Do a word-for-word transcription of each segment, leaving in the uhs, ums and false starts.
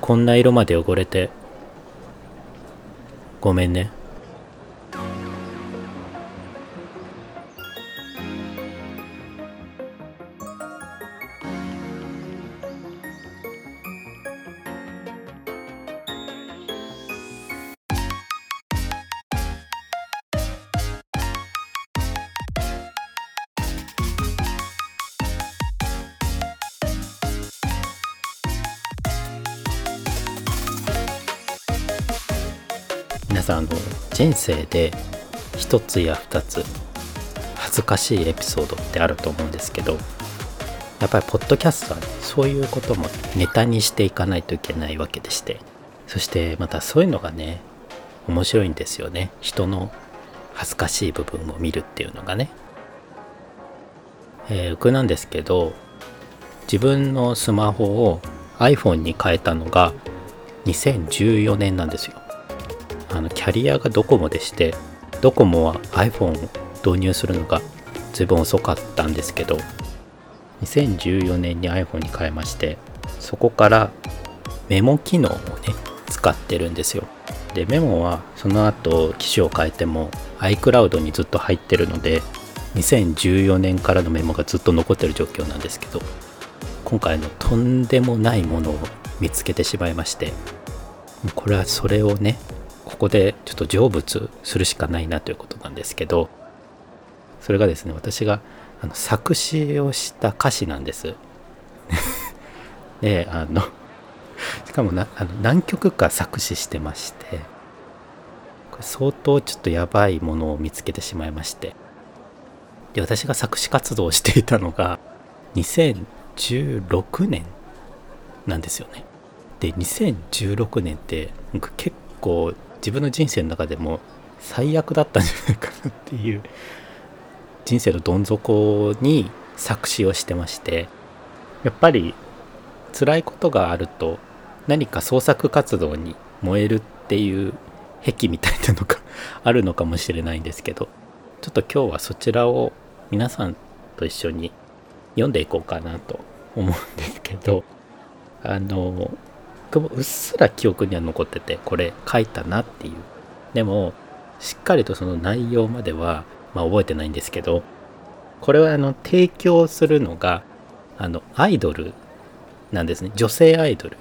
こんな色まで汚れてごめんね。皆さん、あの人生で一つや二つ恥ずかしいエピソードってあると思うんですけど、やっぱりポッドキャストは、ね、そういうこともネタにしていかないといけないわけでして、そしてまたそういうのがね面白いんですよね。人の恥ずかしい部分を見るっていうのがね、えー、僕なんですけど、自分のスマホを iPhone に変えたのがにせんじゅうよねんなんですよ。あのキャリアがドコモでして、ドコモは iPhone を導入するのが随分遅かったんですけど、にせんじゅうよねんに iPhone に変えまして、そこからメモ機能をね使ってるんですよ。でメモはその後機種を変えても iCloud にずっと入ってるので、にせんじゅうよねんからのメモがずっと残ってる状況なんですけど、今回のとんでもないものを見つけてしまいまして、これはそれをねここでちょっと成仏するしかないなということなんですけど、それがですね、私があの作詞をした歌詞なんですで、あのしかもなあの何曲か作詞してまして、これ相当ちょっとやばいものを見つけてしまいまして、で私が作詞活動をしていたのがにせんじゅうろくねんなんですよね。でにせんじゅうろくねんって僕結構自分の人生の中でも最悪だったんじゃないかなっていう、人生のどん底に作詞をしてまして、やっぱり辛いことがあると何か創作活動に燃えるっていう癖みたいなのがあるのかもしれないんですけど、ちょっと今日はそちらを皆さんと一緒に読んでいこうかなと思うんですけど、あのうっすら記憶には残ってて、これ書いたなっていう、でもしっかりとその内容までは、まあ、覚えてないんですけど、これはあの提供するのがあのアイドルなんですね。女性アイドル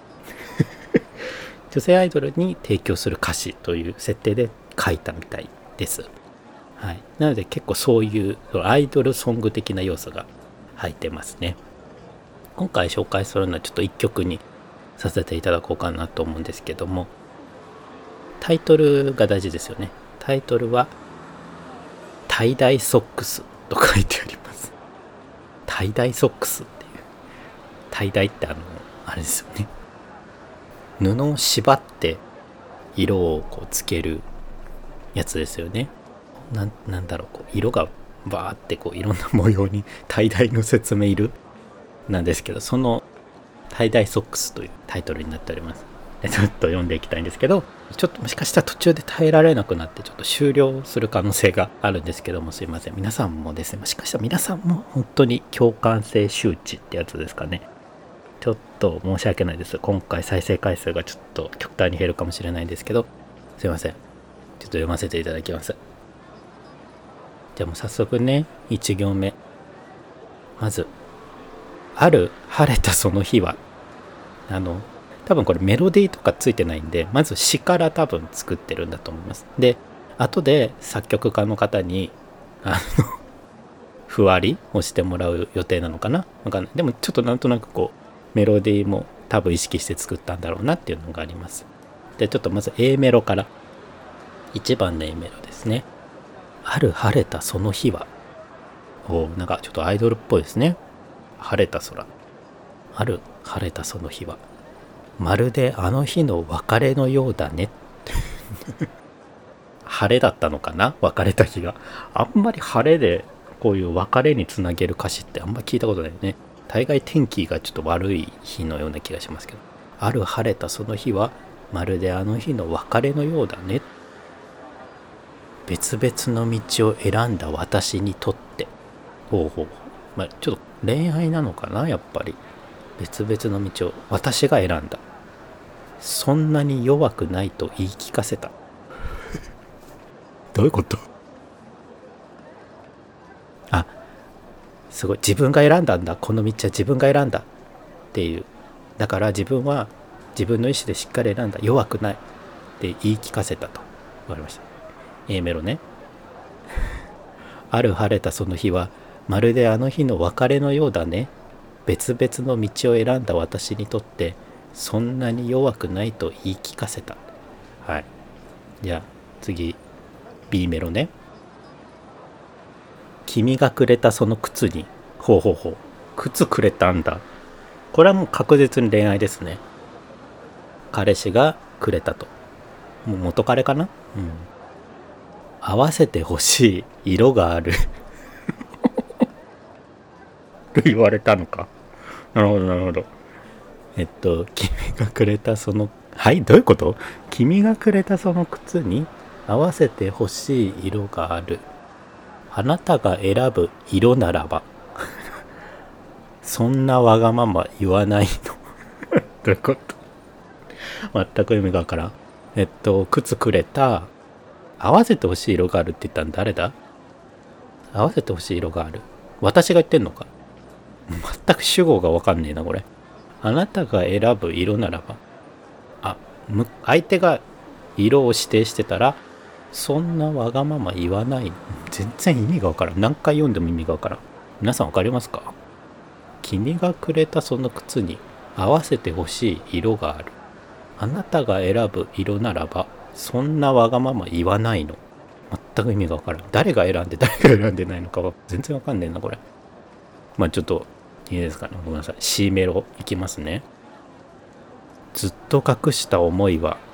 女性アイドルに提供する歌詞という設定で書いたみたいです。はい、なので結構そういうアイドルソング的な要素が入ってますね。今回紹介するのはちょっといっきょくにさせていただこうかなと思うんですけども、タイトルが大事ですよね。タイトルはタイダイソックスと書いてあります。タイダイソックスっていう、タイダイってあのあれですよね、布を縛って色をこうつけるやつですよね。な ん, なんだろうこう色がバーってこういろんな模様にタイダイの説明いるなんですけど、そのタイダイソックスというタイトルになっております。でちょっと読んでいきたいんですけど、ちょっともしかしたら途中で耐えられなくなってちょっと終了する可能性があるんですけども、すいません。皆さんもですね、もしかしたら皆さんも本当に共感性周知ってやつですかね。ちょっと申し訳ないです。今回再生回数がちょっと極端に減るかもしれないんですけど、すいません。ちょっと読ませていただきます。じゃあもう早速ね、いち行目。まず、ある晴れたその日は、あの多分これメロディーとかついてないんで、まず詩から多分作ってるんだと思います。で後で作曲家の方にあのふわりをしてもらう予定なのかな、わかんない。でもちょっとなんとなくこうメロディーも多分意識して作ったんだろうなっていうのがあります。でちょっとまず A メロから、いちばんの A メロですね。ある晴れたその日は、おなんかちょっとアイドルっぽいですね。晴れた空、ある晴れたその日はまるであの日の別れのようだね晴れだったのかな、別れた日が。あんまり晴れでこういう別れにつなげる歌詞ってあんま聞いたことないよね。大概天気がちょっと悪い日のような気がしますけど、ある晴れたその日はまるであの日の別れのようだね。別々の道を選んだ私にとって、ほうほう、まあ、ちょっと恋愛なのかな、やっぱり。別々の道を私が選んだ。 そんなに弱くないと言い聞かせた。どういうこと？あ、すごい、自分が選んだんだ、この道は自分が選んだっていう。だから自分は自分の意思でしっかり選んだ、弱くないって言い聞かせたと。わかりました。 A メロね。ある晴れたその日はまるであの日の別れのようだね。別々の道を選んだ私にとってそんなに弱くないと言い聞かせた。はい。じゃあ次 B メロね。君がくれたその靴に、ほうほうほう、靴くれたんだ。これはもう確実に恋愛ですね。彼氏がくれたと。もう元彼かな。うん。合わせてほしい色があると言われたのか。なるほどなるほど。えっと君がくれたその、はいどういうこと？君がくれたその靴に合わせてほしい色がある。あなたが選ぶ色ならばそんなわがまま言わないのどういうこと？全く意味がわからん。えっと靴くれた、合わせてほしい色があるって言ったの誰だ？合わせてほしい色がある。私が言ってんのか？全く主語がわかんねえなこれ。あなたが選ぶ色ならば、あ、む相手が色を指定してたらそんなわがまま言わない。全然意味がわからん。何回読んでも意味がわからん。皆さんわかりますか？君がくれたその靴に合わせてほしい色がある。あなたが選ぶ色ならばそんなわがまま言わないの。全く意味がわからん。誰が選んで誰が選んでないのかは全然わかんねえなこれ。まあちょっといいですかね。ごめんなさい。C メロいきますね。ずっと隠した思いは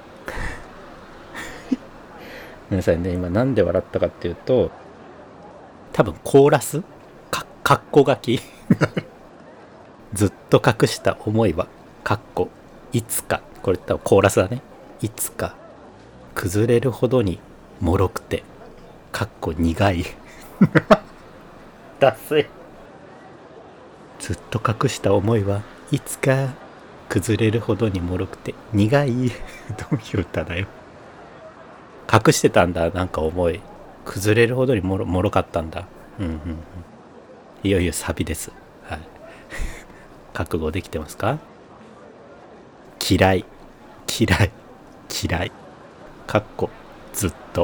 ごめんなさいね。今なんで笑ったかっていうと、多分コーラスかかっこ書きずっと隠した思いはかっこいつか、これ多分コーラスだね。いつか崩れるほどに脆くてかっこ苦いダセい。ずっと隠した思いはいつか崩れるほどに脆くて苦いどういう歌だよ。隠してたんだ、なんか思い。崩れるほどにもろもろかったんだ。うんうんうん。いよいよサビです。はい。覚悟できてますか？嫌い、嫌い、嫌い。かっこずっと。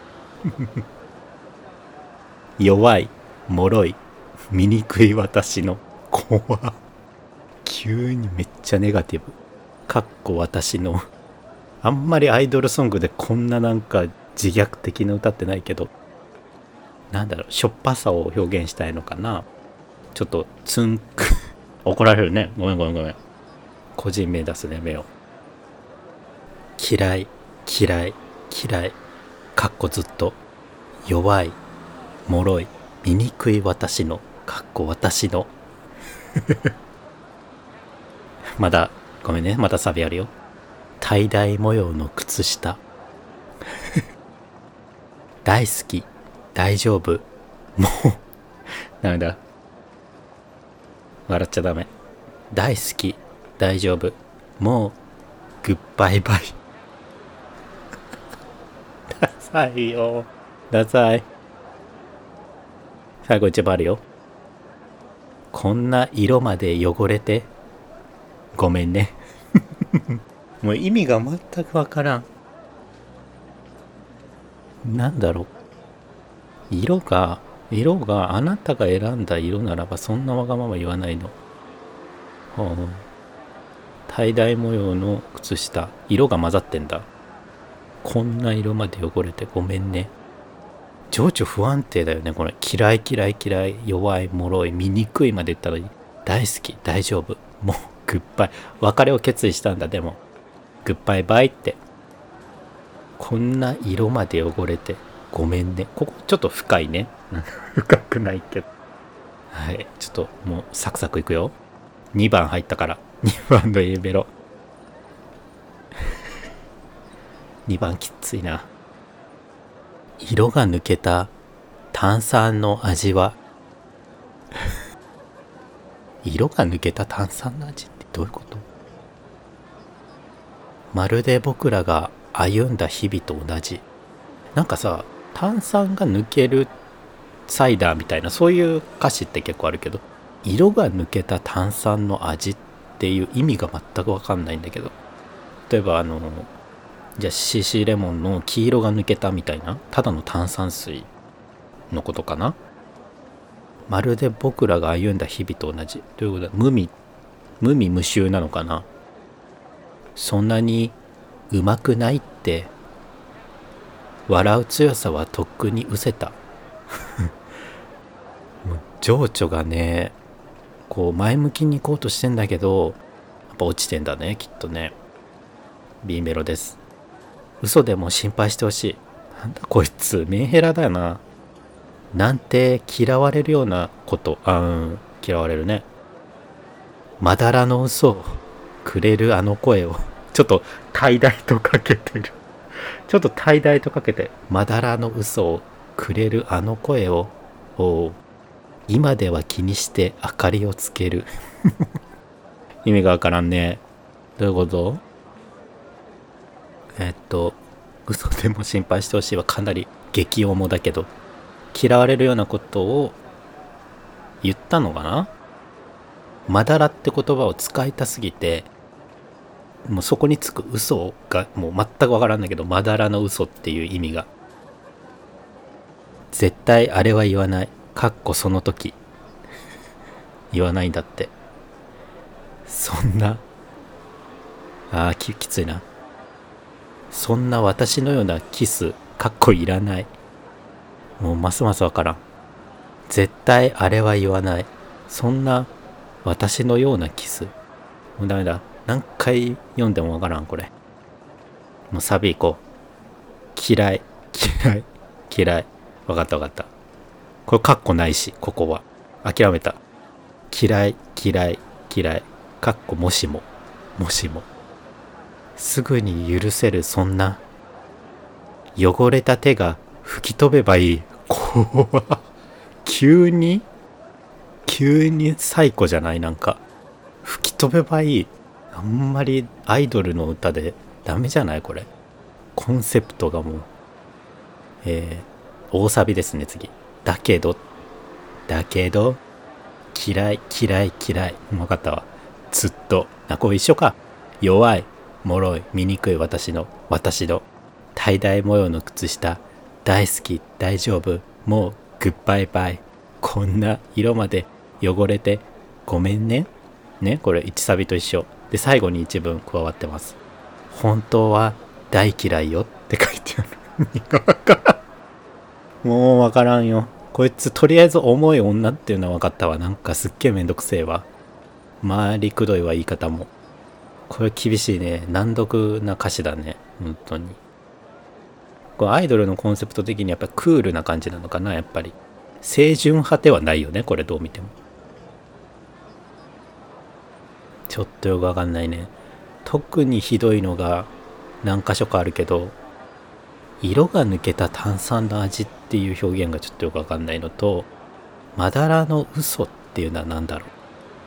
弱い、脆い、醜い私の怖。急にめっちゃネガティブ。かっこ私の。あんまりアイドルソングでこんななんか自虐的な歌ってないけど、なんだろう、しょっぱさを表現したいのかな。ちょっとツンク怒られるね。ごめんごめんごめん。個人名出すね、目を。嫌い、嫌い、嫌い。かっこずっと。弱い、脆い、醜い私の。かっこ私の。まだ、ごめんね。またサビあるよ。tie dye模様の靴下。大好き、大丈夫。もう、ダメだ。笑っちゃダメ。大好き、大丈夫。もう、グッバイバイ。ダサいよ。ダサい。最後一番あるよ。こんな色まで汚れて、ごめんね。もう意味が全くわからん。なんだろう。色が、色があなたが選んだ色ならばそんなわがまま言わないの。はあ、タイダイ模様の靴下、色が混ざってんだ。こんな色まで汚れてごめんね。情緒不安定だよねこれ。嫌い嫌い嫌い、弱い、脆い、醜いまで言ったら大好き、大丈夫、もうグッバイ。別れを決意したんだ。でもグッバイバイって。こんな色まで汚れてごめんね。ここちょっと深いね。深くないけど。はい、ちょっともうサクサクいくよ。にばん入ったから。にばんの A メロ。にばんきついな。色が抜けた炭酸の味は色が抜けた炭酸の味ってどういうこと？ まるで僕らが歩んだ日々と同じ。なんかさ、炭酸が抜けるサイダーみたいなそういう歌詞って結構あるけど、色が抜けた炭酸の味っていう意味が全く分かんないんだけど、例えばあのじゃあ シーシー レモンの黄色が抜けたみたいな、ただの炭酸水のことかな。まるで僕らが歩んだ日々と同じということは、無味無味無臭なのかな。そんなにうまくないって、笑う強さはとっくに失せた。もう情緒がね、こう前向きに行こうとしてんだけど、やっぱ落ちてんだね、きっとね。 B メロです。嘘でも心配してほしい。なんだこいつメンヘラだよな。なんて嫌われるようなこと、あうん嫌われるね。まだらの嘘をくれるあの声を、ちょっと怠大とかけてる。ちょっと怠大とかけて、まだらの嘘をくれるあの声を、お今では気にして明かりをつける。意味がわからんね。どういうこと？えっと嘘でも心配してほしいはかなり激重だけど、嫌われるようなことを言ったのかな。まだらって言葉を使いたすぎて、もうそこにつく嘘がもう全くわからんだけど、まだらの嘘っていう意味が、絶対あれは言わない、かっこその時言わないんだって。そんなあー き, きついな。そんな私のようなキスかっこいらない。もうますますわからん。絶対あれは言わない、そんな私のようなキス。もうダメだ、何回読んでもわからんこれ。もうサビ行こう。嫌い嫌い嫌い。わかったわかった。これカッコないし、ここは諦めた。嫌い嫌い嫌いかっこもしももしも。すぐに許せる、そんな汚れた手が吹き飛べばいい。怖っ。急に急に最高じゃない？なんか吹き飛べばいい。あんまりアイドルの歌でダメじゃないこれ。コンセプトがもう、えー、大サビですね。次。だけどだけど嫌い嫌い嫌い。分かったわ。ずっとな、これ一緒か。弱い脆い醜い私の私のtie dye模様の靴下、大好き大丈夫もうグッバイバイ。こんな色まで汚れてごめんね。ね、これいちサビと一緒で、最後に一文加わってます。本当は大嫌いよって書いてある。もうわからんよこいつ。とりあえず重い女っていうのは分かったわ。なんかすっげえめんどくせえわ。回りくどいわ言い方も。これ厳しいね。難読な歌詞だね本当に。これアイドルのコンセプト的にやっぱりクールな感じなのかな。やっぱり清純派ではないよねこれ、どう見ても。ちょっとよくわかんないね。特にひどいのが何箇所かあるけど、色が抜けた炭酸の味っていう表現がちょっとよくわかんないのと、まだらの嘘っていうのは何だろ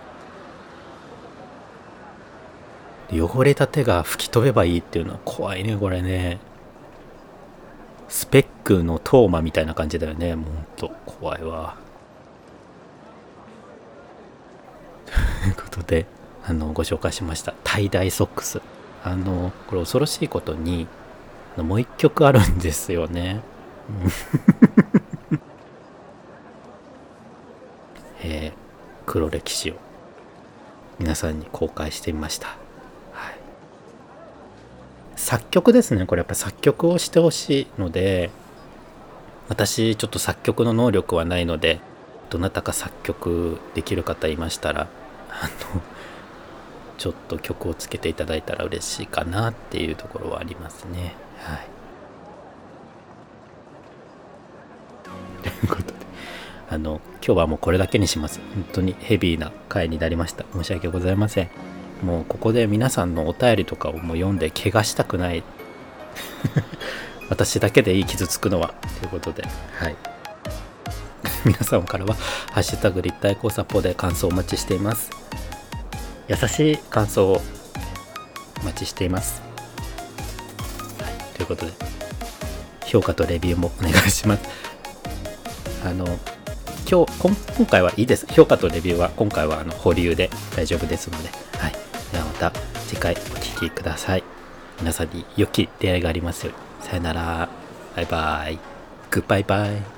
う。汚れた手が吹き飛べばいいっていうのは怖いねこれね。スペックのトーマみたいな感じだよね。もうほんと怖いわ。ということで、あのご紹介しましたタイダイソックス。あのこれ恐ろしいことにもう一曲あるんですよね。えー、黒歴史を皆さんに公開してみました。はい、作曲ですね。これやっぱり作曲をしてほしいので、私ちょっと作曲の能力はないので、どなたか作曲できる方いましたら、あのちょっと曲をつけていただいたら嬉しいかなっていうところはありますね。はい。ということで、あの今日はもうこれだけにします。本当にヘビーな回になりました。申し訳ございません。もうここで皆さんのお便りとかをもう読んで怪我したくない。私だけでいい、傷つくのは。ということで、はい。皆様からはハッシュタグ立体交差ポで感想をお待ちしています。優しい感想をお待ちしています。 ということで、評価とレビューもお願いします。あの今日今今回はいいです。評価とレビューは今回はあの保留で大丈夫ですので、はい。ではまた次回お聞きください。皆さんに良き出会いがありますように。さよなら。バイバイ。グッバイバイ。